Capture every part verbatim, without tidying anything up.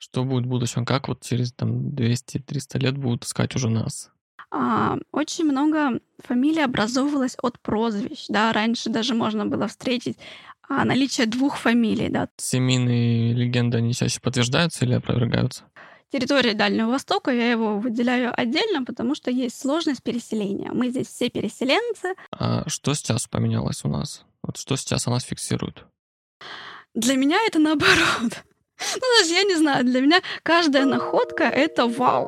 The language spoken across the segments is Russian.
Что будет в будущем? Как вот через там двести триста лет будут искать уже нас? А, очень много фамилий образовывалось от прозвищ, да. Раньше даже можно было встретить, а, наличие двух фамилий, да. Семейные легенды, они чаще подтверждаются или опровергаются? Территория Дальнего Востока, я его выделяю отдельно, потому что есть сложность переселения. Мы здесь все переселенцы. А что сейчас поменялось у нас? Вот что сейчас о нас фиксируют? Для меня это наоборот. Ну, даже я не знаю, для меня каждая находка- это вау.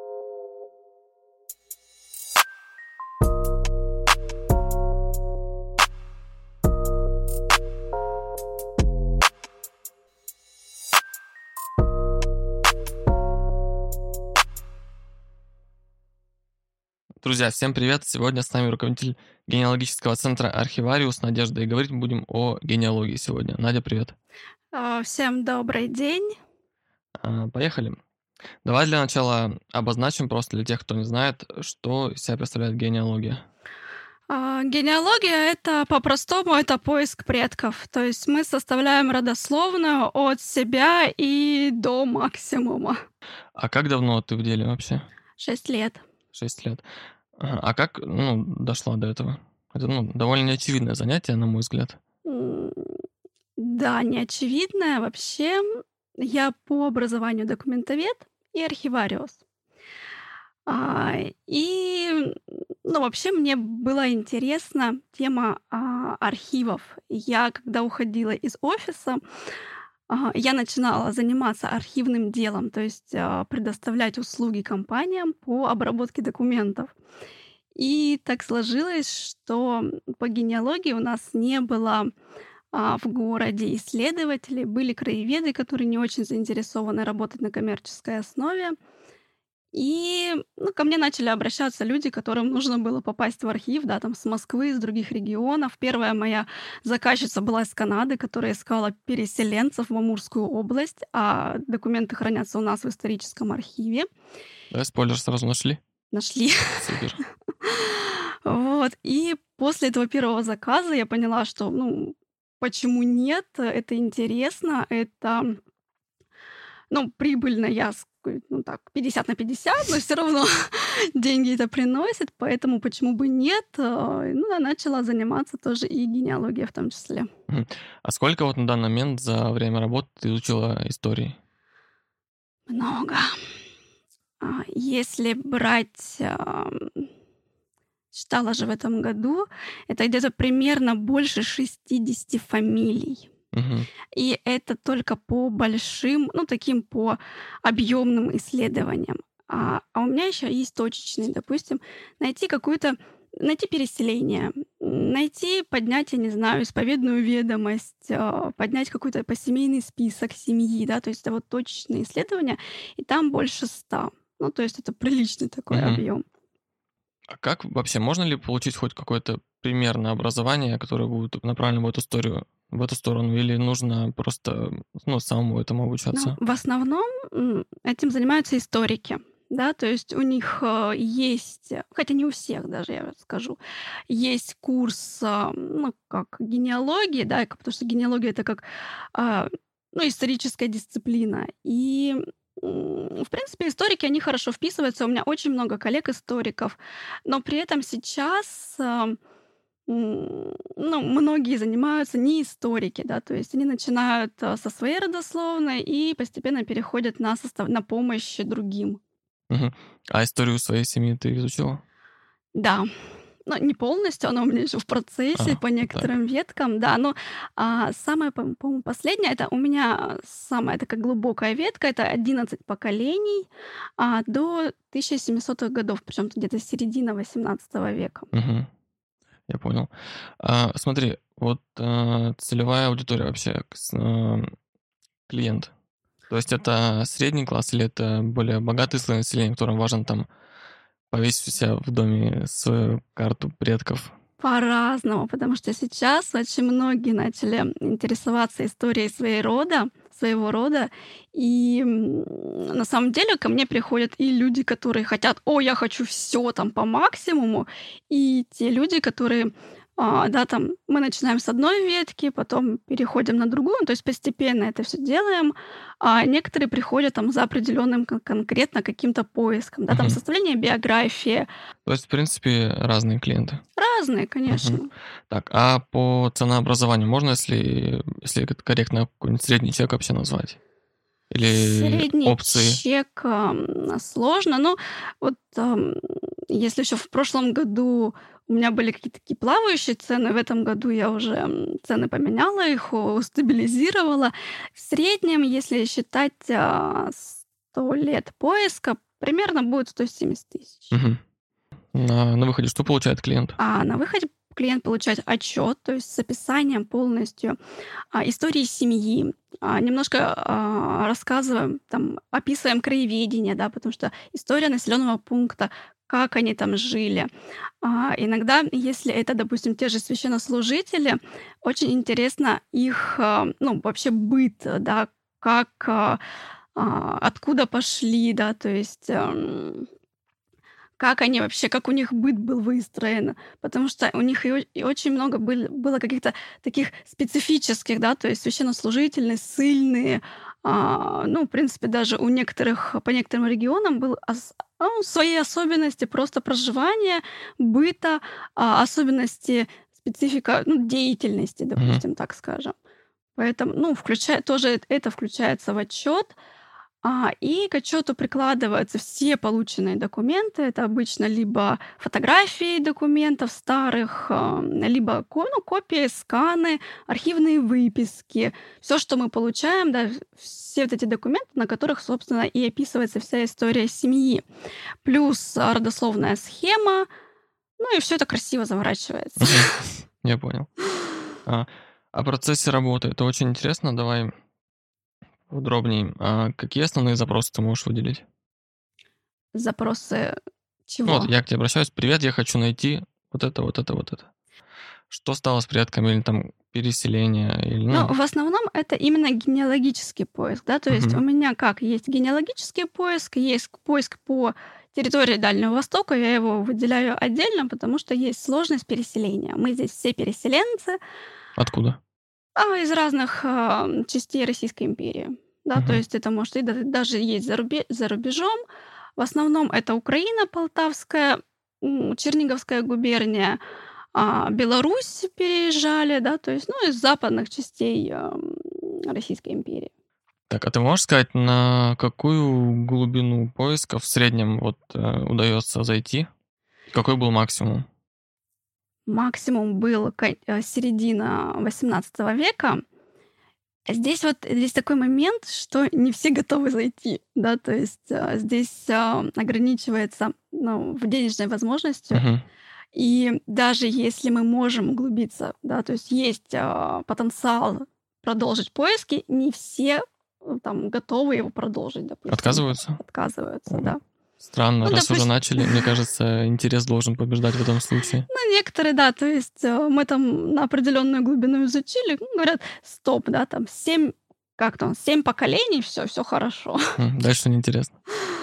Друзья, всем привет! Сегодня с нами руководитель генеалогического центра «Архивариус» Надежда, и говорить мы будем о генеалогии сегодня. Надя, привет! А, всем добрый день! А, поехали. Давай для начала обозначим, просто для тех, кто не знает, что из себя представляет генеалогия. А, генеалогия- это по-простому, это поиск предков. То есть мы составляем родословную от себя и до максимума. А как давно ты в деле вообще? шесть лет. шесть лет. Ага. А как, ну, дошла до этого? Это, ну, довольно неочевидное занятие, на мой взгляд. М, да, неочевидное. Вообще, я по образованию документовед и архивариус. А, и, ну, вообще, мне была интересна тема, а, архивов. Я когда уходила из офиса, а, я начинала заниматься архивным делом, то есть, а, предоставлять услуги компаниям по обработке документов. И так сложилось, что по генеалогии у нас не было, а, в городе исследователей. Были краеведы, которые не очень заинтересованы работать на коммерческой основе. И, ну, ко мне начали обращаться люди, которым нужно было попасть в архив, да, там, с Москвы, из других регионов. Первая моя заказчица была из Канады, которая искала переселенцев в Амурскую область, а документы хранятся у нас в историческом архиве. Давай спойлер сразу: нашли? Нашли. Супер. Вот. И после этого первого заказа я поняла, что, ну, почему нет? Это интересно, это, ну, прибыльно, я ск ну так, пятьдесят на пятьдесят, но всё равно деньги это приносит, поэтому почему бы нет? А, ну, я начала заниматься тоже и генеалогией в том числе. Мгм. А сколько вот на данный момент за время работы ты изучила истории? Много. А, если брать, ам, считала же в этом году, это где-то примерно больше шестидесяти фамилий. Мгм. И это только по большим, ну, таким, по объёмным исследованиям. А, а у меня ещё есть точечные. Допустим, найти какую-то найти переселение, м, найти, поднять, я не знаю, исповедную ведомость, а, поднять какой-то посемейный список семьи, да, то есть это вот точечные исследования, и там больше ста. Ну, то есть это приличный такой Мгм. объём. А как вообще, можно ли получить хоть какое-то примерное образование, которое будет направлено в эту историю в эту сторону, или нужно просто, ну, самому этому Ну, обучаться? в основном, м, этим занимаются историки, да, то есть у них, а, есть, хотя не у всех даже, я вот скажу, есть курс, а, ну, как генеалогии, да, как потому что генеалогия- это как, а, ну, историческая дисциплина. И, м, в принципе, историки, они хорошо вписываются. У меня очень много коллег-историков, но при этом сейчас, а, м, ну, многие занимаются не историки, да, то есть они начинают, а, со своей родословной и постепенно переходят на состав на помощь другим. Мгм. А историю своей семьи ты изучила? Да, но не полностью, она у меня ещё в процессе А, по вот так. некоторым веткам, да. Но, а, самое, по по-моему, последнее- это у меня самая такая глубокая ветка- это одиннадцать поколений, а, до тысяча семисотых годов, причём это где-то середина восемнадцатого века. Мгм. Я понял. А, смотри, вот, а, целевая аудитория вообще, к с ам, клиент. То есть это средний класс или это более богатый слой населения, которым важно там повесить у себя в доме свою карту предков? По-разному, потому что сейчас очень многие начали интересоваться историей своей рода своего рода. И, м, на самом деле ко мне приходят и люди, которые хотят: "О, я хочу всё там по максимуму". И те люди, которые, А, да, там мы начинаем с одной ветки, потом переходим на другую, то есть постепенно это все делаем. А некоторые приходят там за определенным кон конкретно каким-то поиском, да, там Мгм. составление биографии. То есть, в принципе, разные клиенты. Разные, Мгм. конечно. Так, а по ценообразованию можно, если если это корректно, какой-нибудь средний чек вообще назвать? Или Средний опции? чек, ам, сложно. Ну, вот, ам, если еще в прошлом году у меня были какие-то такие плавающие цены, в этом году я уже, м, цены поменяла, их у стабилизировала. В среднем, если считать, а, сто лет поиска, примерно будет сто семьдесят тысяч. Мгм. На на выходе что получает клиент? А на выходе клиент получает отчет, то есть с описанием полностью, а, истории семьи. А, немножко, а, рассказываем, там, описываем краеведение, да, потому что история населенного пункта, как они там жили. А, иногда, если это, допустим, те же священнослужители, очень интересно их, а, ну, вообще быт, да, как, а, а, откуда пошли, да, то есть, ам как они вообще, как у них быт был выстроен. Потому что у них и о и очень много быль было каких-то таких специфических, да, то есть священнослужительные, ссыльные. А, ну, в принципе, даже у некоторых по некоторым регионам был ос ну, свои особенности просто проживания, быта, а, особенности, специфика, ну, деятельности, Мгм. допустим, так скажем. Поэтому, ну, включая тоже это включается в отчет. А, и к отчету прикладываются все полученные документы. Это обычно либо фотографии документов старых, ам, либо ко ну, копии, сканы, архивные выписки. Все, что мы получаем, да, все вот эти документы, на которых, собственно, и описывается вся история семьи. Плюс, а, родословная схема. Ну и все это красиво заворачивается. Мгм. Я понял. А, о процессе работы. Это очень интересно. Давай подробней. А какие основные запросы ты можешь выделить? Запросы Ну вот чего? я к тебе обращаюсь: "Привет, я хочу найти вот это, вот это, вот это". Что стало с предками или там переселение или, Ну, ну. в основном это именно генеалогический поиск, да, то есть у Мгм. меня как есть генеалогический поиск, есть к- поиск по территории Дальнего Востока, я его выделяю отдельно, потому что есть сложность переселения. Мы здесь все переселенцы, Откуда? а, из разных а, частей Российской империи, да, то Мгм. есть это может и да- даже есть за, рубе- за рубежом. В основном это Украина, Полтавская, м, Черниговская губерния, а, Беларусь переезжали, да, то есть, ну, из западных частей, ам, Российской империи. Так, а ты можешь сказать, на какую глубину поиска в среднем вот, э, удается зайти? Какой был максимум? Максимум был ко э, середина восемнадцатого века. Здесь вот есть такой момент, что не все готовы зайти, да, то есть, а, здесь, а, ограничивается, ну, в денежной возможностью. Мгм. И даже если мы можем углубиться, да, то есть есть, а, потенциал продолжить поиски, не все, э, там готовы его продолжить, допустим, Отказываются? отказываются, О, да. странно, Ну, раз уже допустим, начали, мне кажется, интерес должен побеждать в этом случае. ну, некоторые, да, то есть, э, мы там на определенную глубину изучили, ну, говорят: "Стоп", да, там семь, как там, семь поколений, все, все хорошо. М, дальше неинтересно.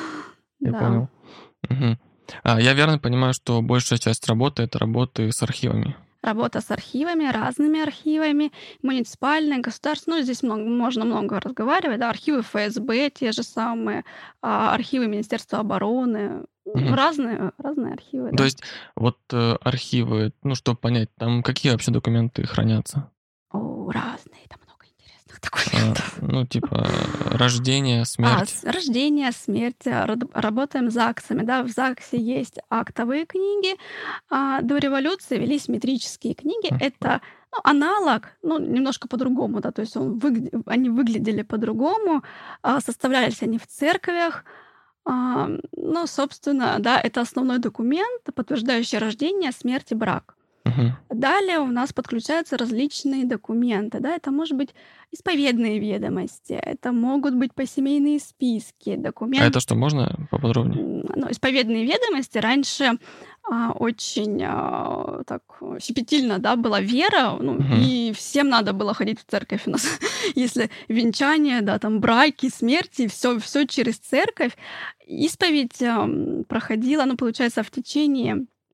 Я Да. понял. Мгм. А, я верно понимаю, что большая часть работы — это работы с архивами? Работа с архивами, разными архивами, муниципальные, государственные. Ну, здесь много можно много разговаривать, да. Архивы эф эс бэ те же самые, а, архивы Министерства обороны. М, Мгм. разные разные архивы, То да. есть вот, э, архивы, ну, чтобы понять, там какие вообще документы хранятся? О, разные, там много интересных А, документов. ну, типа, э, рождение, А, смерть? с рождение, смерть, а, род работаем с ЗАГСами, да. В ЗАГСе есть актовые книги, а до революции велись метрические книги. М, Это, ну, аналог, ну, немножко по-другому, да, то есть он выгля они выглядели по-другому, а, составлялись они в церквях. Ам, ну, собственно, да, это основной документ, подтверждающий рождение, смерть и брак. мгм. Далее у нас подключаются различные документы. Да, это может быть исповедные ведомости, это могут быть посемейные списки, А документ, это что, можно поподробнее? м, ну, исповедные ведомости раньше а, очень а, так э, щепетильно, да, была вера, ну, Мгм. и всем надо было ходить в церковь у нас. Если венчание, да, там браки, смерти, все, все через церковь. Исповедь ам, проходила, ну, получается, в течение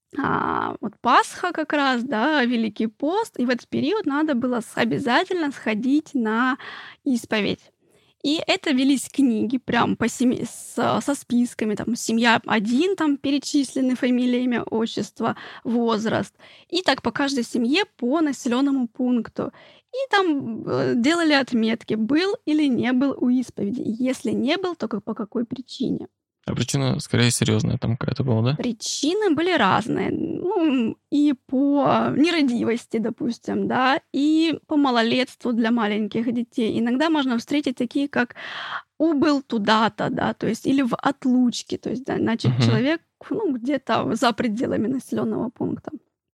А, вот Пасха как раз, да, Великий пост, и в этот период надо было с обязательно сходить на исповедь. И это велись книги прям по семи со со списками, там семья один там перечислены, фамилия, имя, отчество, возраст. И так по каждой семье по населенному пункту. И там, э, делали отметки, был или не был у исповеди. И если не был, то ка по какой причине. А причина, скорее, серьезная там какая-то была, да? Причины были разные. Ну, и по нерадивости, допустим, да, и по малолетству для маленьких детей. Иногда можно встретить такие, как убыл туда-то, да, то есть или в отлучке, то есть, да, значит, Мгм. человек, ну, где-то за пределами населенного пункта.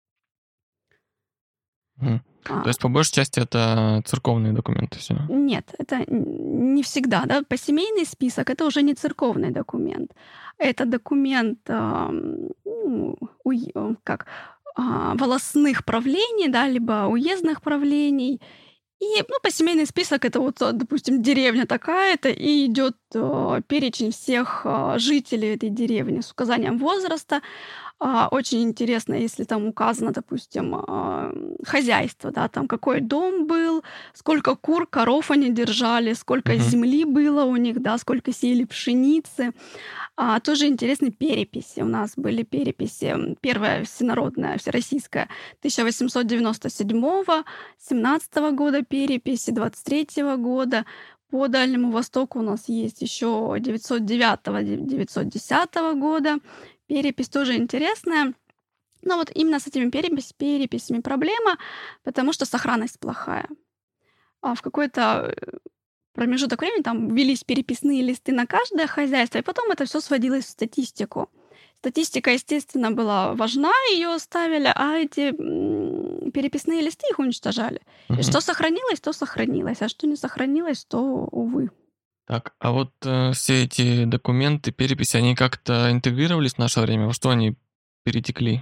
Мгм. То А, есть, по большей части, это церковные документы всё. нет, это н не всегда, да. Посемейный список- это уже не церковный документ. Это документ, ам, ну, уе э, как, а, волостных правлений, да, либо уездных правлений. И, ну, посемейный список- это вот, э, допустим, деревня такая-то, и идёт, э, перечень всех, а, жителей этой деревни с указанием возраста. А, очень интересно, если там указано, допустим, ам, хозяйство, да, там какой дом был, сколько кур, коров они держали, сколько Мгм. земли было у них, да, сколько сеяли пшеницы. А, тоже интересны переписи. У нас были переписи. М, первая всенародная, всероссийская тысяча восемьсот девяносто седьмого семнадцатого года переписи, двадцать третьего года. По Дальнему Востоку у нас есть ещё девятьсот девятого де девятьсот десятого года. Перепись тоже интересная. Но вот именно с этими перепись переписями проблема, потому что сохранность плохая. А в какой-то, э, промежуток времени там велись переписные листы на каждое хозяйство, и потом это всё сводилось в статистику. Статистика, естественно, была важна, её ставили, а эти, м, переписные листы, их уничтожали. И Мгм. что сохранилось, то сохранилось, а что не сохранилось, то увы. Так, а вот, э, все эти документы, переписи, они как-то интегрировались в наше время? Во что они перетекли?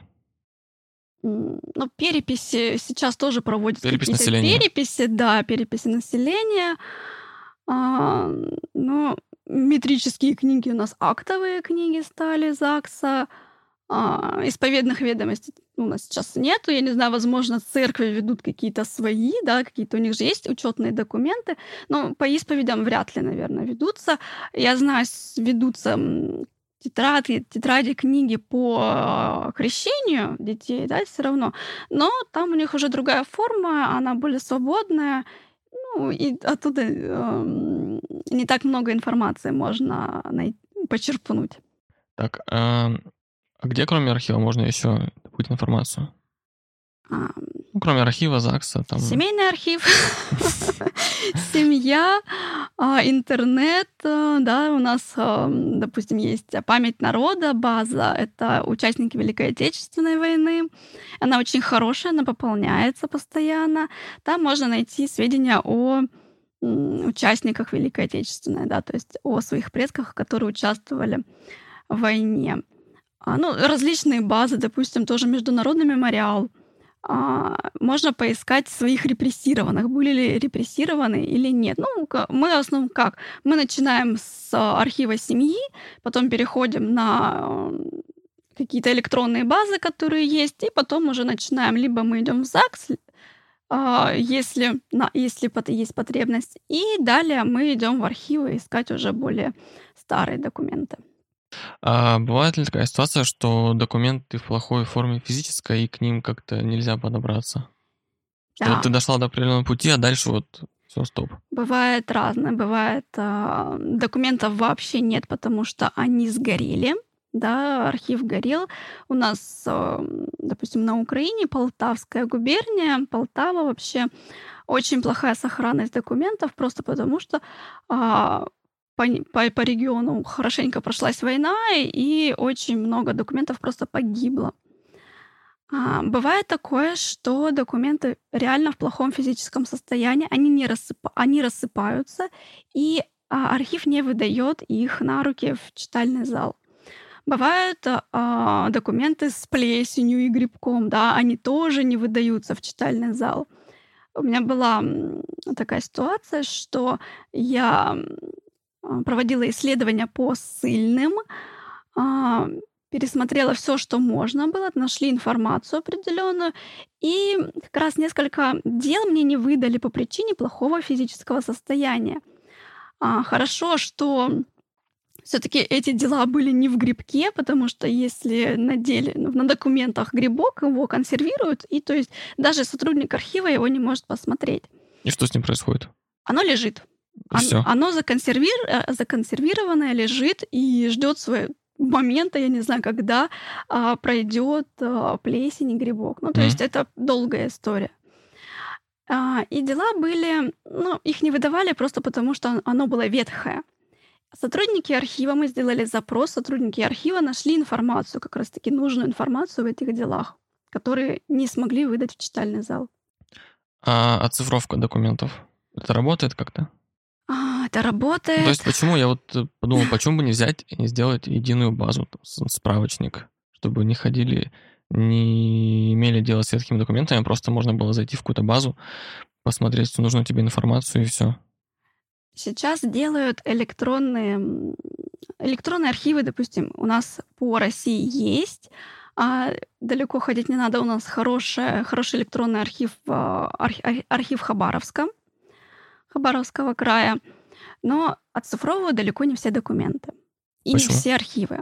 М, ну, переписи сейчас тоже проводят Перепись какие-то населения. переписи, да, переписи населения. А, но метрические книги у нас актовые книги стали ЗАГСа. А, исповедных ведомостей у нас сейчас нету. Я не знаю, возможно, церкви ведут какие-то свои, да, какие-то у них же есть учетные документы, но по исповедям вряд ли, наверно, ведутся. Я знаю, с ведутся, м, тетрадки тетради, книги по крещению детей, да, всё равно, но там у них уже другая форма, она более свободная. Ну, и оттуда, эм, не так много информации можно най почерпнуть. Так, ам, а где, кроме архива, можно еще добыть информацию? Ам. Ну, кроме архива, ЗАГСа, там. Семейный архив, семья, а, интернет, э, да, у нас, ам, допустим, есть "Память народа", база. Это участники Великой Отечественной войны. Она очень хорошая, она пополняется постоянно. Там можно найти сведения о, м, участниках Великой Отечественной, да, то есть о своих предках, которые участвовали в войне. А, ну, различные базы, допустим, тоже Международный мемориал. А, можно поискать своих репрессированных, были ли репрессированы или нет. Ну, ка мы в основном как? Мы начинаем с архива семьи, потом переходим на, м, какие-то электронные базы, которые есть, и потом уже начинаем либо мы идём в ЗАГС, а, если на если пот есть потребность, и далее мы идём в архивы искать уже более старые документы. А бывает ли такая ситуация, что документы в плохой форме физической, и к ним как-то нельзя подобраться? Что вот Да. ты дошла до определенного пути, а дальше вот всё, стоп. Бывает разное. Бывает, а, документов вообще нет, потому что они сгорели, да, архив горел. У нас, ам, допустим, на Украине Полтавская губерния, Полтава вообще, очень плохая сохранность документов, просто потому что, а, по не по по региону хорошенько прошлась война, и очень много документов просто погибло. А, бывает такое, что документы реально в плохом физическом состоянии, они не рассыпа они рассыпаются, и, а, архив не выдаёт их на руки в читальный зал. Бывают, а, документы с плесенью и грибком, да, они тоже не выдаются в читальный зал. У меня была, м, такая ситуация, что я, м, а, проводила исследования по ссыльным. А пересмотрела все, что можно было, нашли информацию определенную, и как раз несколько дел мне не выдали по причине плохого физического состояния. А, хорошо, что все таки эти дела были не в грибке, потому что если на деле, ну, на документах грибок, его консервируют, и то есть даже сотрудник архива его не может посмотреть. И что с ним происходит? Оно лежит. И Он всё. оно законсервир э, законсервированное лежит и ждет своего момента, я не знаю, когда, а, пройдет, а, плесень и грибок. Ну, то М. есть это долгая история. А, и дела были, ну, их не выдавали просто потому, что оно было ветхое. Сотрудники архива, мы сделали запрос, сотрудники архива нашли информацию, как раз таки нужную информацию в этих делах, которые не смогли выдать в читальный зал. А оцифровка документов- это работает как-то? А, это Ну, то работает. есть почему я вот, э, подумал, почему бы не взять и не сделать единую базу, там, с справочник, чтобы не ходили, не имели дела с ветхими документами, просто можно было зайти в какую-то базу, посмотреть всю нужную тебе информацию и всё. Сейчас делают электронные, м, электронные архивы, допустим, у нас по России есть, а, далеко ходить не надо, у нас хорошая хороший электронный архив, а, арх арх архив Хабаровска, Хабаровского края, но оцифровывают далеко не все документы и не Почему? все архивы.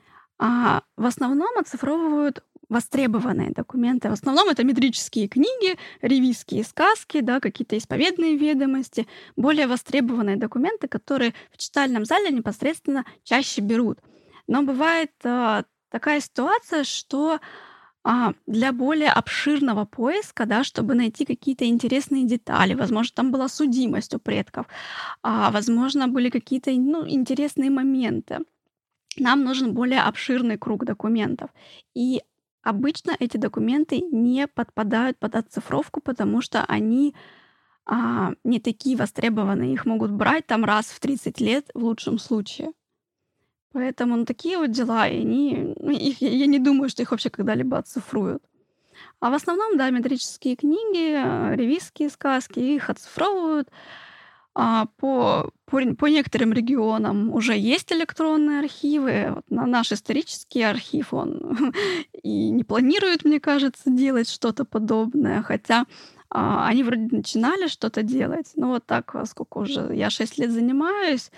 А, в основном оцифровывают востребованные документы. В основном это метрические книги, ревизские сказки, да, какие-то исповедные ведомости, более востребованные документы, которые в читальном зале непосредственно чаще берут. Но бывает, а, такая ситуация, что, а, для более обширного поиска, да, чтобы найти какие-то интересные детали, возможно, там была судимость у предков, а, возможно, были какие-то, ну, интересные моменты. Нам нужен более обширный круг документов. И обычно эти документы не подпадают под оцифровку, потому что они, а, не такие востребованные. Их могут брать там раз в тридцать лет в лучшем случае. Поэтому, ну, такие вот дела, и они, ну, их я я не думаю, что их вообще когда-либо оцифруют. А в основном, да, метрические книги, а, ревизские сказки, их оцифровывают. А, по по ре по некоторым регионам уже есть электронные архивы. Вот на наш исторический архив, он и не планирует, мне кажется, делать что-то подобное, хотя, а, они вроде начинали что-то делать. Но вот так, а, сколько уже я шесть лет занимаюсь,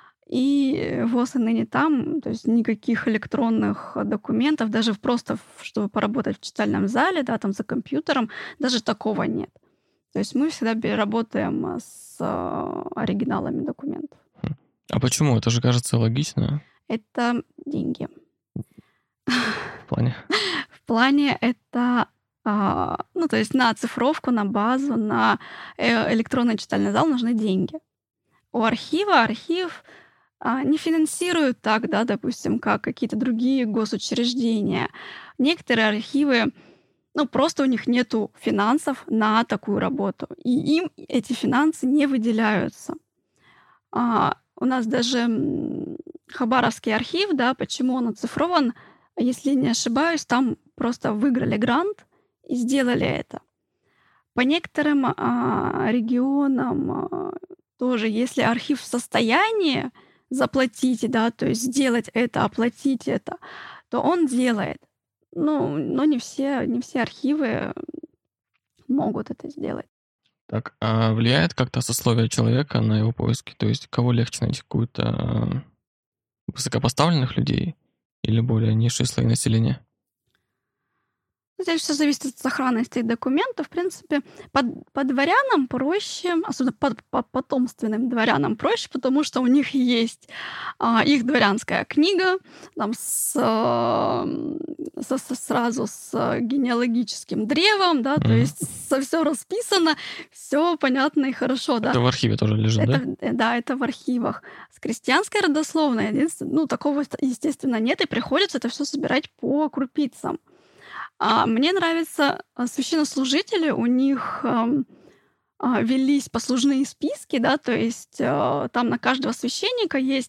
и ВОС и ныне там, то есть никаких электронных документов, даже в просто, в чтобы поработать в читальном зале, да, там за компьютером, даже такого нет. То есть мы всегда бе работаем, а, с, а, оригиналами документов. Хм. А почему? Это же кажется логично. Это деньги. В плане? В плане это, а, ну, то есть на оцифровку, на базу, на, э, электронный читальный зал нужны деньги. У архива архив, а, не финансирует так, да, допустим, как какие-то другие госучреждения. Некоторые архивы, ну, просто у них нету финансов на такую работу, и им эти финансы не выделяются. А, у нас даже, м, Хабаровский архив, да, почему он оцифрован, если не ошибаюсь, там просто выиграли грант и сделали это. По некоторым, а, регионам, а, тоже, если архив в состоянии заплатить, да, то есть сделать это, оплатить это, то он делает. Ну, но не все не все архивы могут это сделать. Так, а влияет как-то сословие человека на его поиски? То есть кого легче найти, какую-то, а, высокопоставленных людей или более низшие слои населения? Здесь всё зависит от сохранности документов. В принципе, по по дворянам проще, особенно по по потомственным дворянам проще, потому что у них есть, а, их дворянская книга, там с, ам, со со сразу с генеалогическим древом, да, то Мгм. есть со всё расписано, всё понятно и хорошо, да. Это в архиве тоже лежит, Это, да? э, да, это в архивах. С крестьянской родословной единствен ну, такого, ст естественно, нет, и приходится это всё собирать по крупицам. А, мне нравится, а, священнослужители, у них, ам, а, велись послужные списки, да, то есть, а, там на каждого священника есть,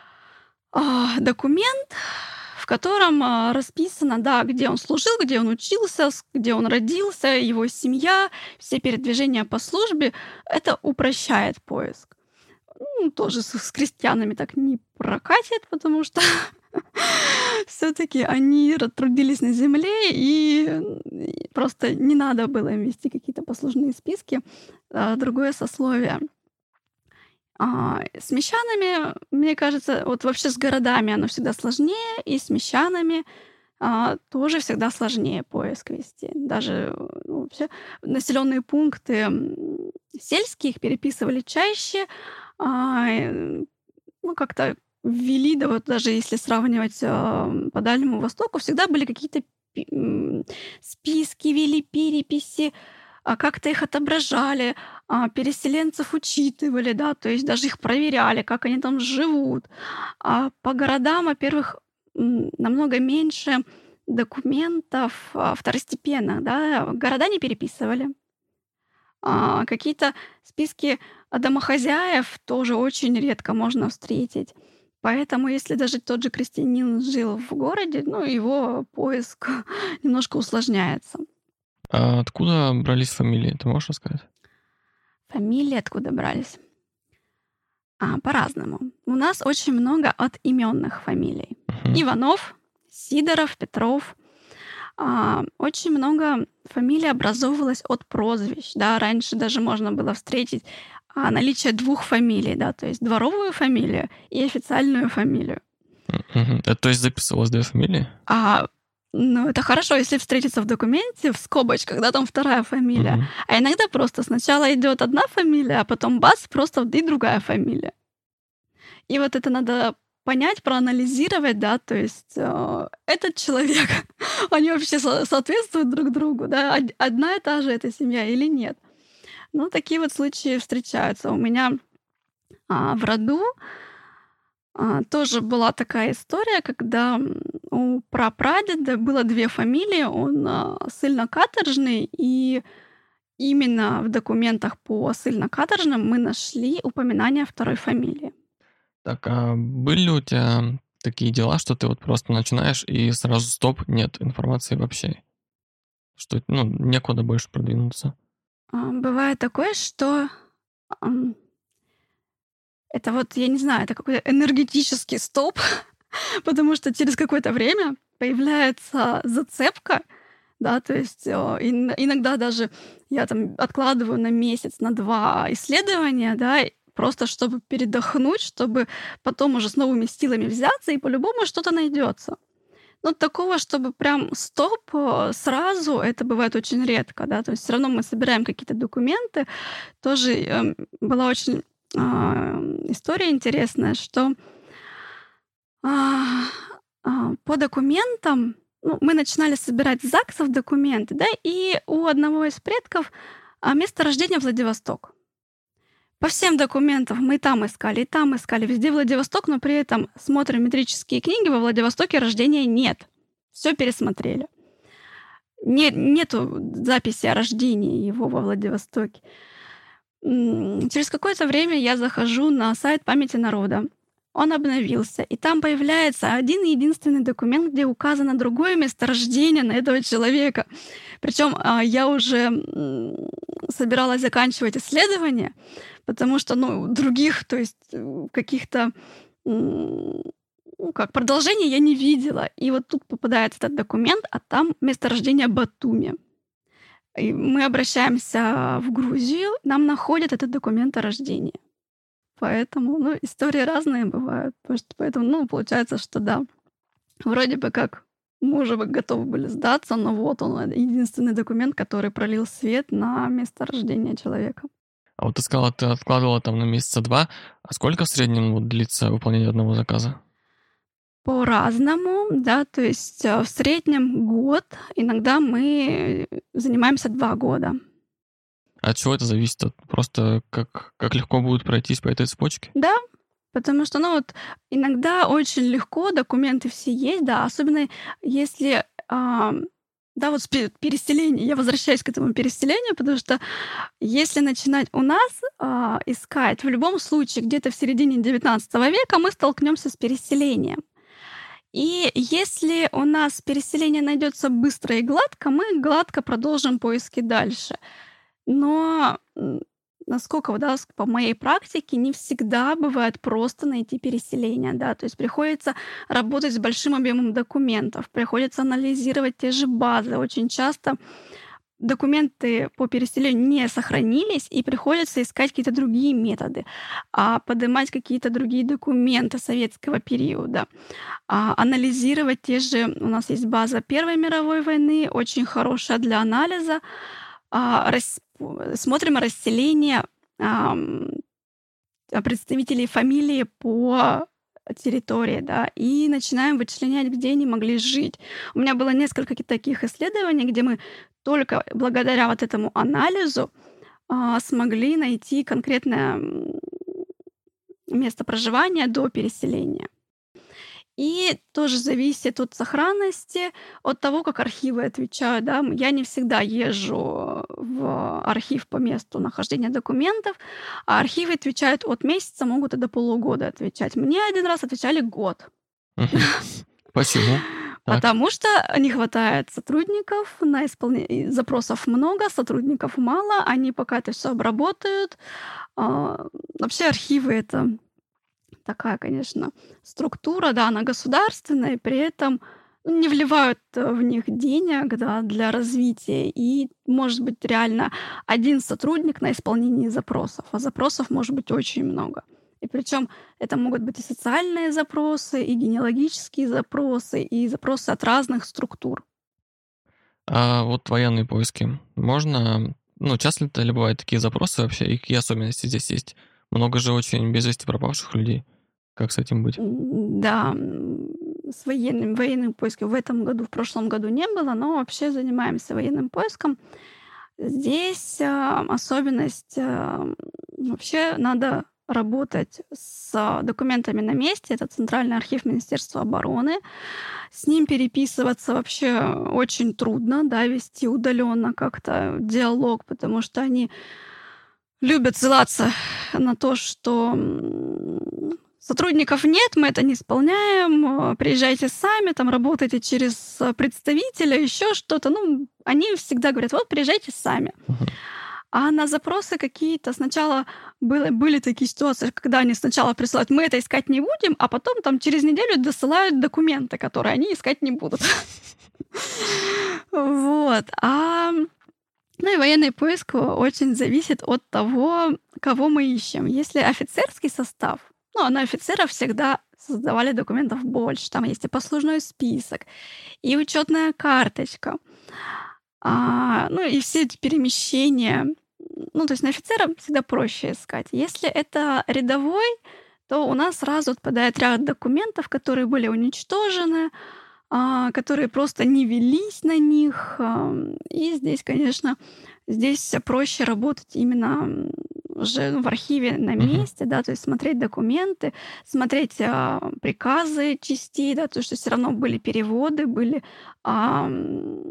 а, документ, в котором, а, расписано, да, где он служил, где он учился, с где он родился, его семья, все передвижения по службе. Это упрощает поиск. Ну, тоже с с крестьянами так не прокатит, потому что Всё-таки они р трудились на земле, и н и просто не надо было им вести какие-то послужные списки, а, другое сословие. А, с мещанами, мне кажется, вот вообще с городами оно всегда сложнее, и с мещанами, а, тоже всегда сложнее поиск вести. Даже, ну, вообще населённые пункты, м, сельские, их переписывали чаще, а, э, ну, как-то ввели, да вот даже если сравнивать, ам, по Дальнему Востоку, всегда были какие-то пи м, списки, вели переписи, а, как-то их отображали, а, переселенцев учитывали, да, то есть даже их проверяли, как они там живут. А по городам, во-первых, м, намного меньше документов, а, второстепенных, да. Города не переписывали. А, какие-то списки, а, домохозяев тоже очень редко можно встретить. Поэтому, если даже тот же крестьянин жил в городе, ну, его поиск немножко усложняется. А откуда брались фамилии, ты можешь рассказать? Фамилии откуда брались? А, по-разному. У нас очень много одиённых фамилий: Мгм. Иванов, Сидоров, Петров. А, очень много фамилий образовывалось от прозвищ, да. Раньше даже можно было встретить, а, наличие двух фамилий, да, то есть дворовую фамилию и официальную фамилию. М, мгм. Это то есть записывалось две фамилии? А, ну, это хорошо, если встретится в документе в скобочках, да, там вторая фамилия. Мгм. А иногда просто сначала идёт одна фамилия, а потом бац, просто и другая фамилия. И вот это надо понять, проанализировать, да, то есть, а, этот человек, они вообще со соответствуют друг другу, да, од одна и та же эта семья или нет. Ну, такие вот случаи встречаются. У меня, а, в роду, а, тоже была такая история, когда, м, у прапрадеда было две фамилии. Он, а, ссыльно-каторжный, и именно в документах по ссыльно-каторжным мы нашли упоминание второй фамилии. Так, а были у тя такие дела, что ты вот просто начинаешь и сразу стоп, нет информации вообще? Что, ну, некуда больше продвинуться? А, бывает такое, что, ам это вот, я не знаю, это какой-то энергетический стоп, потому что через какое-то время появляется зацепка, да, то есть, а, ин иногда даже я там откладываю на месяц, на два исследования, да, просто чтобы передохнуть, чтобы потом уже с новыми силами взяться, и по-любому что-то найдётся. Но такого, чтобы прям стоп, а, сразу, это бывает очень редко, да. То есть всё равно мы собираем какие-то документы. Тоже, эм, была очень, ам, история интересная, что а, а, по документам, ну, мы начинали собирать с ЗАГСов документы, да, и у одного из предков, а, место рождения Владивосток. По всем документам мы и там искали, и там искали, везде Владивосток, но при этом смотрим метрические книги, во Владивостоке рождения нет. Всё пересмотрели. Не нету записи о рождении его во Владивостоке. М, через какое-то время я захожу на сайт памяти народа. Он обновился, и там появляется один единственный документ, где указано другое месторождение на этого человека. Причём, а, я уже, м, собиралась заканчивать исследование, потому что, ну, других, то есть, э, каких-то, м, ну как, продолжений я не видела. И вот тут попадается этот документ, а там месторождение Батуми. И мы обращаемся в Грузию, нам находят этот документ о рождении. Поэтому, ну, истории разные бывают. Пошт поэтому, ну, получается, что да, вроде бы как мы уже бы готовы были сдаться, но вот он, единственный документ, который пролил свет на место рождения человека. А вот ты сказала, ты откладывала там на месяца два. А сколько в среднем вот длится выполнение одного заказа? По-разному, да, то есть, а, в среднем год, иногда мы занимаемся два года. От чего это зависит? От просто как как легко будет пройтись по этой цепочке? Да, потому что, ну, вот иногда очень легко, документы все есть, да, особенно если, ам, да, вот с пе переселение, я возвращаюсь к этому переселению, потому что если начинать у нас, а, искать, в любом случае где-то в середине девятнадцатого века мы столкнёмся с переселением. И если у нас переселение найдётся быстро и гладко, мы гладко продолжим поиски дальше. Но, м, насколько вот, да, с по моей практике не всегда бывает просто найти переселение, да. То есть приходится работать с большим объемом документов, приходится анализировать те же базы. Очень часто документы по переселению не сохранились, и приходится искать какие-то другие методы, а, подымать какие-то другие документы советского периода, а, анализировать те же у нас есть база Первой мировой войны, очень хорошая для анализа. А, рас смотрим расселение, ам, а, представителей фамилии по территории, да, и начинаем вычленять, где они могли жить. У меня было несколько ки таких исследований, где мы только благодаря вот этому анализу, а, смогли найти конкретное, м, место проживания до переселения. И тоже зависит от сохранности, от того, как архивы отвечают, да. М, я не всегда езжу в архив по месту нахождения документов, а архивы отвечают от месяца, могут и до полугода отвечать. Мне один раз отвечали год. Мгм. Почему? Так. Потому что не хватает сотрудников на исполне и запросов много, сотрудников мало, они пока это всё обработают. А, вообще архивы- это такая, конечно, структура, да, она государственная, и при этом не вливают в них денег, да, для развития. И может быть реально один сотрудник на исполнении запросов, а запросов может быть очень много. И причём это могут быть и социальные запросы, и генеалогические запросы, и запросы от разных структур. А вот военные поиски можно, ну, часто ли это бывают такие запросы вообще, и какие особенности здесь есть? Много же очень без вести пропавших людей. Как с этим быть? М, да, м, с военным военным поиском в этом году, в прошлом году не было, но вообще занимаемся военным поиском. Здесь, а, особенность, ам, вообще надо работать с документами на месте. Это Центральный архив Министерства обороны. С ним переписываться вообще очень трудно, да, вести удалённо как-то диалог, потому что они любят ссылаться на то, что, м, сотрудников нет, мы это не исполняем, а, приезжайте сами, там, работайте через представителя, ещё что-то. Ну, они всегда говорят: "Вот приезжайте сами". Мгм. А на запросы какие-то сначала было были такие ситуации, когда они сначала присылают: "Мы это искать не будем", а потом там через неделю досылают документы, которые они искать не будут. Вот, ам, ну и военный поиск очень зависит от того, кого мы ищем. Если офицерский состав, ну, а на офицеров всегда создавали документов больше. Там есть и послужной список, и учётная карточка, а, ну и все эти перемещения. Ну, то есть на офицера всегда проще искать. Если это рядовой, то у нас сразу отпадает ряд документов, которые были уничтожены, а, которые просто не велись на них. Ам, и здесь, конечно, здесь проще работать именно, м, уже, ну, в архиве на Мгм. месте, да, то есть смотреть документы, смотреть, а, приказы частей, да, то, что всё равно были переводы, были, ам,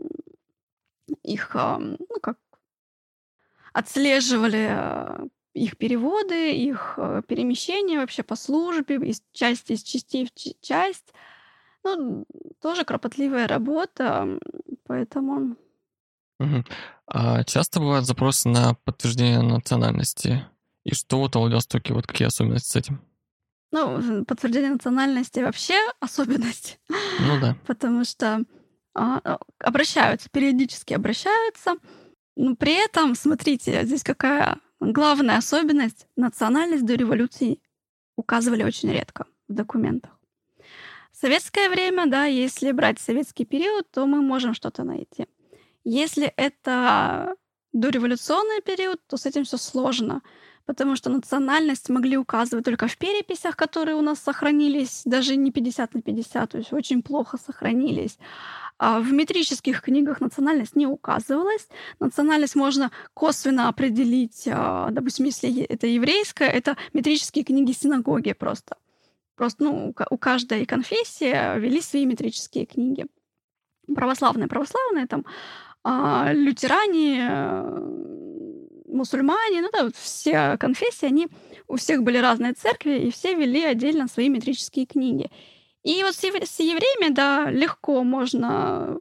их, ам, ну, как отслеживали, а, их переводы, их, э, перемещения вообще по службе, из части из частей в ч часть. Ну, тоже кропотливая работа, м, поэтому Мгм. А часто бывают запросы на подтверждение национальности? И что вот во Владивостоке, вот какие особенности с этим? Ну, в подтверждение национальности вообще особенность, Ну да. потому что, а, а, обращаются, периодически обращаются. Но при этом, смотрите, здесь какая главная особенность: национальность до революции указывали очень редко в документах. В советское время, да, если брать советский период, то мы можем что-то найти. Если это дореволюционный период, то с этим всё сложно, потому что национальность могли указывать только в переписях, которые у нас сохранились, даже не пятьдесят на пятьдесят, то есть очень плохо сохранились. А в метрических книгах национальность не указывалась. Национальность можно косвенно определить, а, допустим, если е это еврейская, это метрические книги синагоги просто. Просто, ну, у ка у каждой конфессии вели свои метрические книги. Православные православные, там, а, лютеране, э, мусульмане, ну да, вот все конфессии, они у всех были разные церкви, и все вели отдельно свои метрические книги. И вот с евре с евреями, да, легко можно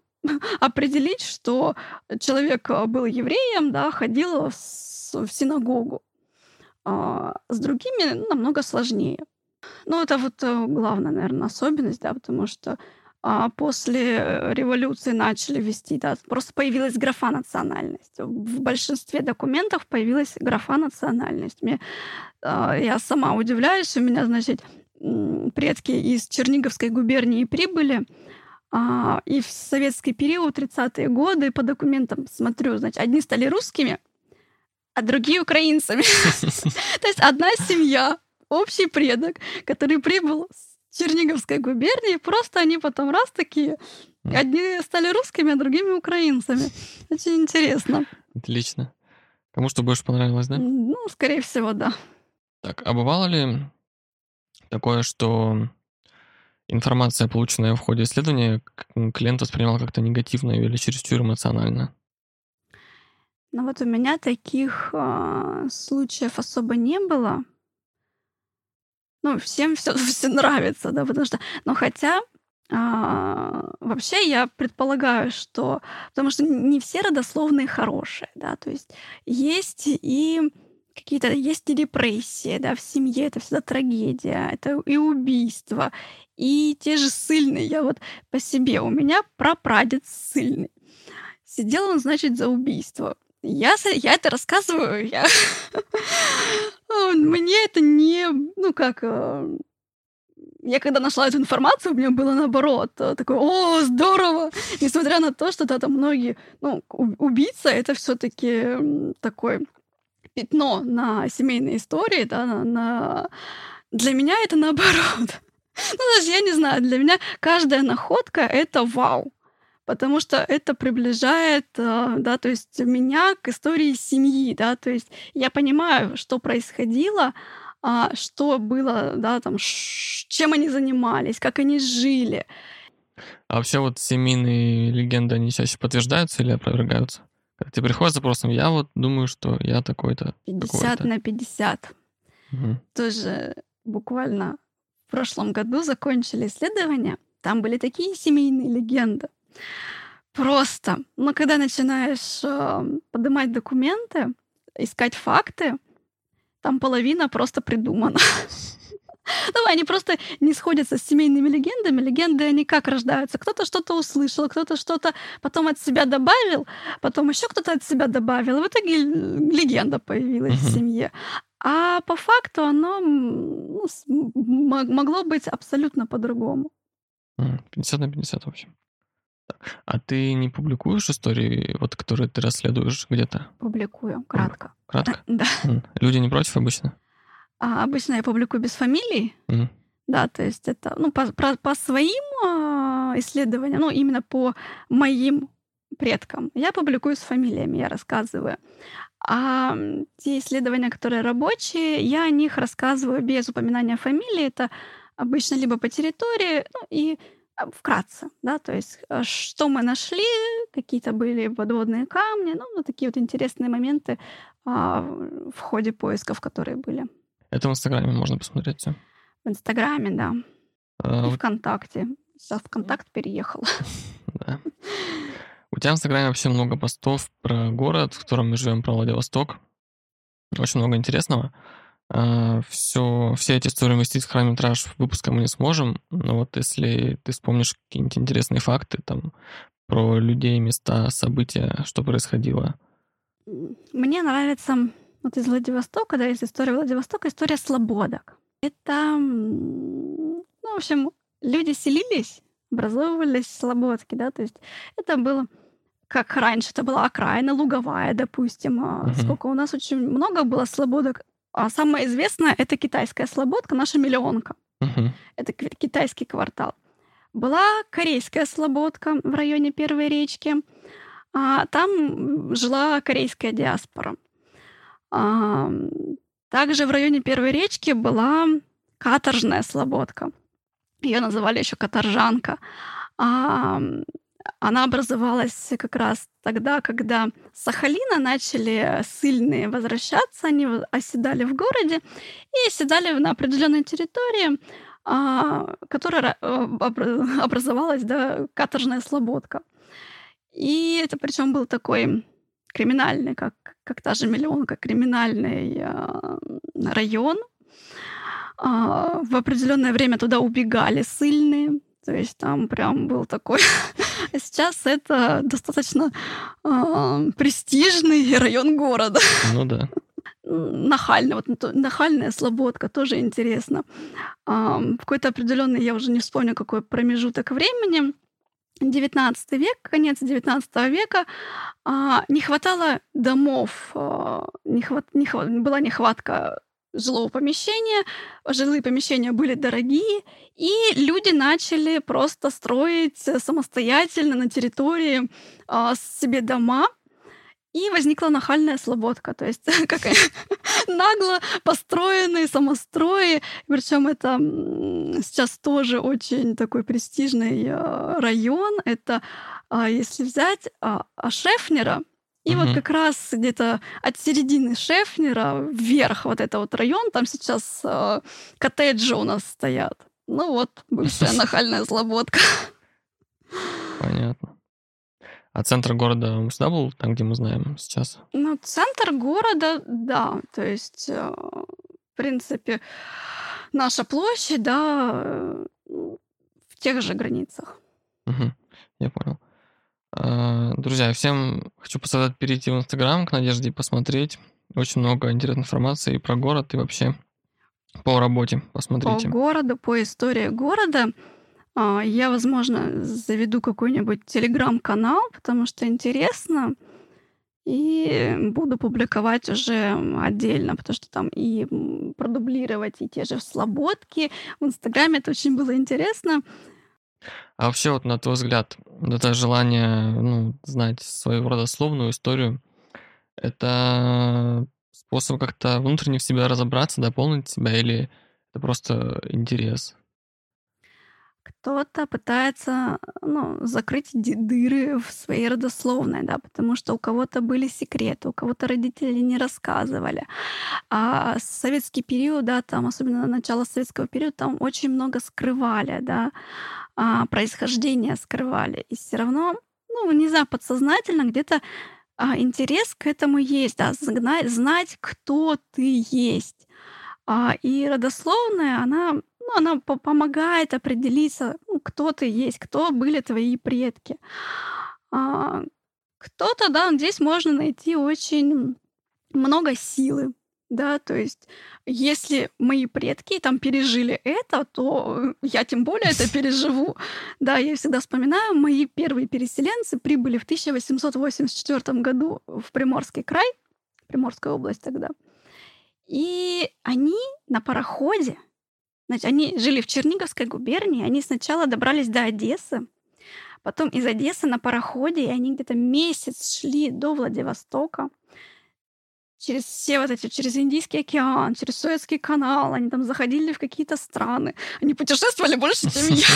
определить, что человек, а, был евреем, да, ходил в с в синагогу. а с другими ну, намного сложнее. Ну, это вот э, главная, наверное, особенность, да, потому что а, после э, революции начали вести, да, просто появилась графа национальность. В большинстве документов появилась графа национальность. Мне, а, я сама удивляюсь, у меня, значит, м, предки из Черниговской губернии прибыли, а, и в советский период, тридцатые годы, по документам смотрю, значит, одни стали русскими, а другие украинцами. То есть одна семья, общий предок, который прибыл с Черниговской губернии, просто они потом раз такие, М, одни стали русскими, а другими украинцами. Очень интересно. Отлично. Кому что больше понравилось, да? М, Ну, скорее всего, да. Так, а бывало ли такое, что информация, полученная в ходе исследования, к- м, клиент воспринимал как-то негативно или чересчур эмоционально? Но вот у меня таких а, случаев особо не было. Ну, всем все всё нравится, да, потому что но хотя, а, вообще я предполагаю, что потому что не все родословные хорошие, да, то есть есть и какие-то есть и репрессии, да, в семье, это всегда трагедия, это и убийства, и те же ссыльные. Я вот по себе, у меня прапрадед ссыльный. Сидел он, значит, за убийство. Я с я это рассказываю, я а, мне это не ну как, э я когда нашла эту информацию, у меня было наоборот, э, такое: "О, здорово!" Несмотря на то, что да, там многие, ну, у убийца — это все таки такое пятно на семейной истории, да, на на Для меня это наоборот. Ну, даже я не знаю, для меня каждая находка — это вау, потому что это приближает, э, да, то есть меня к истории семьи, да, то есть я понимаю, что происходило, а, что было, да, там, ш чем они занимались, как они жили. А вообще вот семейные легенды, они чаще подтверждаются или опровергаются? Когда тебе приходит с запросом, я вот думаю, что я такой-то, пятьдесят такой-то. на пятьдесят. Мгм. Тоже буквально в прошлом году закончили исследование. Там были такие семейные легенды. Просто, но когда начинаешь, а, подымать документы, искать факты, там половина просто придумана. Ну, они просто не сходятся с семейными легендами. Легенды, они как рождаются? Кто-то что-то услышал, кто-то что-то потом от себя добавил, потом еще кто-то от себя добавил, и в итоге л легенда появилась в Мгм. семье. А по факту оно, м, ну, с м мо могло быть абсолютно по-другому. М, пятьдесят на пятьдесят, в общем. А ты не публикуешь истории, вот которые ты расследуешь где-то? Публикую Пуб- кратко. Кратко? Да. М, Люди не против обычно? А обычно я публикую без фамилий. Мгм. Да, то есть это, ну, по про по своим, а, исследованиям, ну, именно по моим предкам, я публикую с фамилиями, я рассказываю. А, м, те исследования, которые рабочие, я о них рассказываю без упоминания фамилии. Это обычно либо по территории, ну, и, а, вкратце, да, то есть, э, что мы нашли, какие-то были подводные камни, ну, вот такие вот интересные моменты, а, в в ходе поисков, которые были. Это в Инстаграме можно посмотреть все. В "Инстаграме", да. И Вот, "ВКонтакте". Сейчас "ВКонтакт" переехала. да. У тебя в Инстаграме вообще много постов про город, в котором мы живем, про Владивосток. Очень много интересного. А, всё все эти истории уместить в хронометраж выпуска мы не сможем, но вот если ты вспомнишь какие-нибудь интересные факты там про людей, места, события, что происходило. М, мне нравится вот из Владивостока, да, из истории Владивостока, история слободок. Это, м, ну, в общем, люди селились, образовывались слободки, да, то есть это было как раньше, это была окраина луговая, допустим. А, Мгм, сколько у нас очень много было слободок. А самая известная — это китайская слободка, наша "Миллионка". мгм, Это кви китайский квартал. Была корейская слободка в районе Первой речки. А, там, м, жила корейская диаспора. Ам, также в районе Первой речки была каторжная слободка. Ее называли еще "Каторжанка". Ам, она образовалась как раз тогда, когда с Сахалина начали ссыльные возвращаться. Они в оседали в городе и оседали на определенной территории, а, которая ра э, обра образовалась, да, каторжная слободка. И это причем был такой криминальный, как как та же Миллионка, криминальный, а, район. А, в определенное время туда убегали ссыльные, то есть там прям был такой А сейчас это достаточно, а, престижный район города. Ну да. М, нахальный, вот н то нахальная слободка, тоже интересно. Ам, в какой-то определенный, я уже не вспомню, какой промежуток времени, девятнадцатый век, конец девятнадцатого века, а, не хватало домов, а, не хват не хва была нехватка жилого помещения, жилые помещения были дорогие, и люди начали просто строить самостоятельно на территории, а, себе дома, и возникла нахальная слободка. То есть как нагло построенные самострои, причем это, м, сейчас тоже очень такой престижный, а, район. Это, а, если взять, а, а, Шефнера, и вот Мгм. как раз где-то от середины Шефнера вверх вот это вот район, там сейчас, а, коттеджи у нас стоят. Ну вот, бывшая нахальная слободка. Понятно. А центр города он всегда был там, где мы знаем сейчас? Ну, центр города, да. То есть, а, в принципе, наша площадь, да, э, ну, в тех же границах. Мгм. Я понял. А, друзья, всем хочу посоветовать перейти в "Инстаграм" к Надежде и посмотреть. Очень много интересной информации и про город, и вообще по работе. По Посмотрите. городу, по истории города. А, я, возможно, заведу какой-нибудь телеграм-канал, потому что интересно, и буду публиковать уже отдельно, потому что там и, м, продублировать и те же слободки. В "Инстаграме" это очень было интересно. А вообще, вот на твой взгляд, вот это желание, ну, знать свою родословную историю- это способ как-то внутренне в себя разобраться, дополнить себя или это просто интерес? Кто-то пытается, ну, закрыть ди дыры в своей родословной, да, потому что у кого-то были секреты, у кого-то родители не рассказывали. А советский период, да, там, особенно начало советского периода, там очень много скрывали, да, а, происхождение скрывали. И всё равно, ну, не знаю, подсознательно где-то, а, интерес к этому есть, да, згнать знать, кто ты есть. А, и родословная, она, ну, она по помогает определиться, ну, кто ты есть, кто были твои предки. А, кто-то, да, здесь можно найти очень много силы, да. То есть если мои предки там пережили это, то я тем более это переживу. Да, я всегда вспоминаю, мои первые переселенцы прибыли в тысяча восемьсот восемьдесят четвёртом году в Приморский край, Приморская область тогда. И они на пароходе, значит, они жили в Черниговской губернии, они сначала добрались до Одессы, потом из Одессы на пароходе, и они где-то месяц шли до Владивостока. Через все вот эти через Индийский океан, через Суэцкий канал, они там заходили в какие-то страны. Они путешествовали больше, чем я.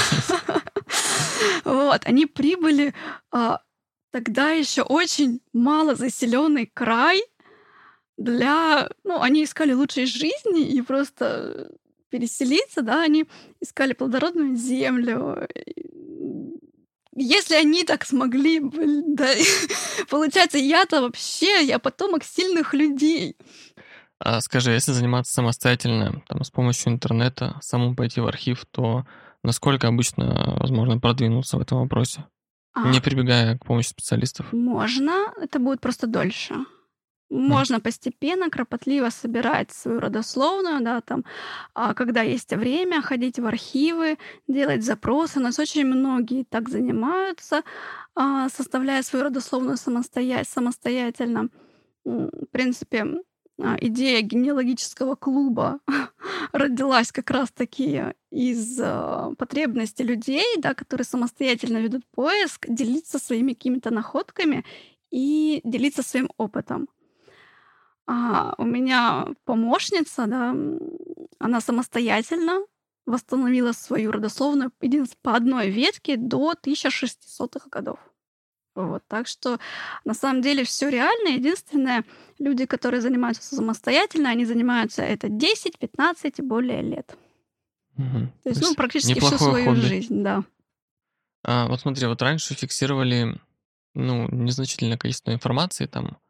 Вот, они прибыли, а, тогда ещё очень малозаселенный край для ну, они искали лучшей жизни и просто переселиться, да, они искали плодородную землю. И если они так смогли, блин, да, получается, я-то вообще, я потомок сильных людей. А скажи, если заниматься самостоятельно, там, с помощью интернета, самому пойти в архив, то насколько обычно возможно продвинуться в этом вопросе, А. не прибегая к помощи специалистов? Можно, это будет просто дольше. М. Можно постепенно, кропотливо собирать свою родословную, да, там, а, когда есть время, ходить в архивы, делать запросы. У нас очень многие так занимаются, а, составляя свою родословную самостоя самостоятельно. М, в принципе, а, идея генеалогического клуба родилась как раз таки из, а, потребности людей, да, которые самостоятельно ведут поиск, делиться своими какими-то находками и делиться своим опытом. А, у меня помощница, да, м, она самостоятельно восстановила свою родословную единс по одной ветке до тысяча шестисотых годов. Вот, так что на самом деле всё реально. Единственное, люди, которые занимаются самостоятельно, они занимаются это десять пятнадцать и более лет. Мгм. То То есть, ну, есть практически всю неплохое свою хобби. жизнь, да. А, вот смотри, вот раньше фиксировали, ну, незначительное количество информации, там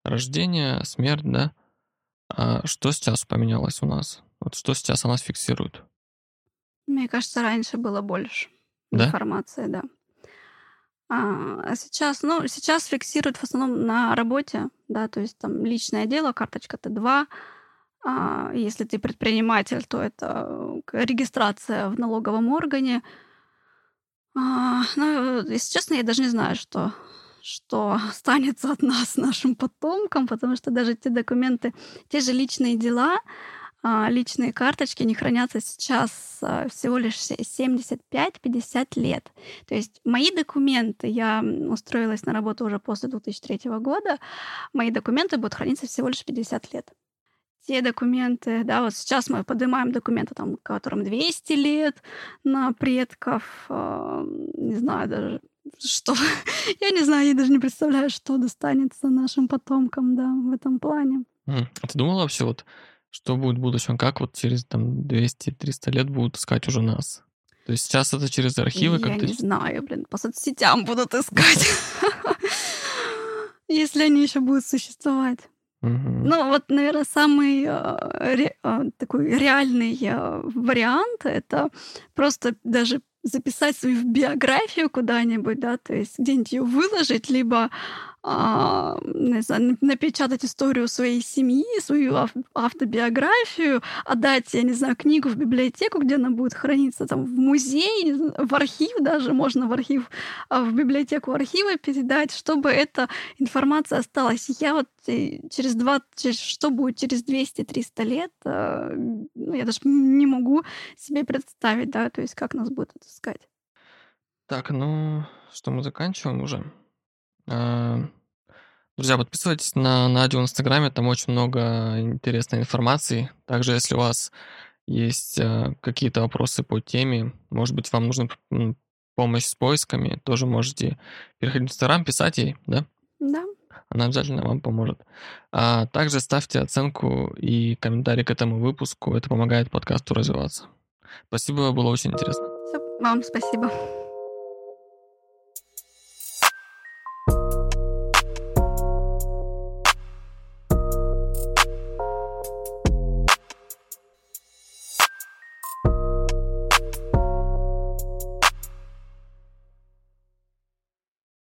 рождение, смерть, да. А что сейчас поменялось у нас? Вот что сейчас о нас фиксирует? Мне кажется, раньше было больше Да? информации, да. А, а сейчас, ну, сейчас фиксируют в основном на работе, да, то есть там личное дело, карточка Т два. А, если ты предприниматель, то это э, к- регистрация в налоговом органе. А, ну, э, если честно, я даже не знаю, что, что останется от нас, нашим потомкам, потому что даже те документы, те же личные дела, а, личные карточки, не хранятся сейчас а, всего лишь се- семьдесят пять пятьдесят лет. То есть мои документы, я м, устроилась на работу уже после две тысячи третьего года, мои документы будут храниться всего лишь пятьдесят лет. Те документы, да, вот сейчас мы поднимаем документы, там, которым двести лет, на предков, а, не знаю даже, что. Я не знаю, я даже не представляю, что достанется нашим потомкам, да, в этом плане. М. А ты думала вообще, вот, что будет в будущем? Как вот через там двести триста лет будут искать уже нас? То есть сейчас это через архивы Я как-то. не знаю, блин, по соцсетям будут искать, если они еще будут существовать. Мгм. Ну, вот, наверное, самый, а, ре а, такой реальный, а, вариант — это просто даже записать свою биографию куда-нибудь, да, то есть где-нибудь ее выложить, либо, а, не знаю, н напечатать историю своей семьи, свою ав автобиографию, отдать, я не знаю, книгу в библиотеку, где она будет храниться, там, в музей, не зн в архив даже, можно в архив, а, в библиотеку архива передать, чтобы эта информация осталась. Я вот, э, через два через что будет через двести триста лет, а, ну, я даже не могу себе представить, да, то есть как нас будут отыскать. Так, ну что, мы заканчиваем уже? А, Друзья, подписывайтесь на Надю в Инстаграме, там очень много интересной информации. Также, если у вас есть а, какие-то вопросы по теме, может быть, вам нужна м, помощь с поисками, тоже можете переходить в Инстаграм, писать ей, да? Да, Она обязательно вам поможет. А также ставьте оценку и комментарий к этому выпуску. Это помогает подкасту развиваться. Спасибо, было очень интересно. всё, вам спасибо.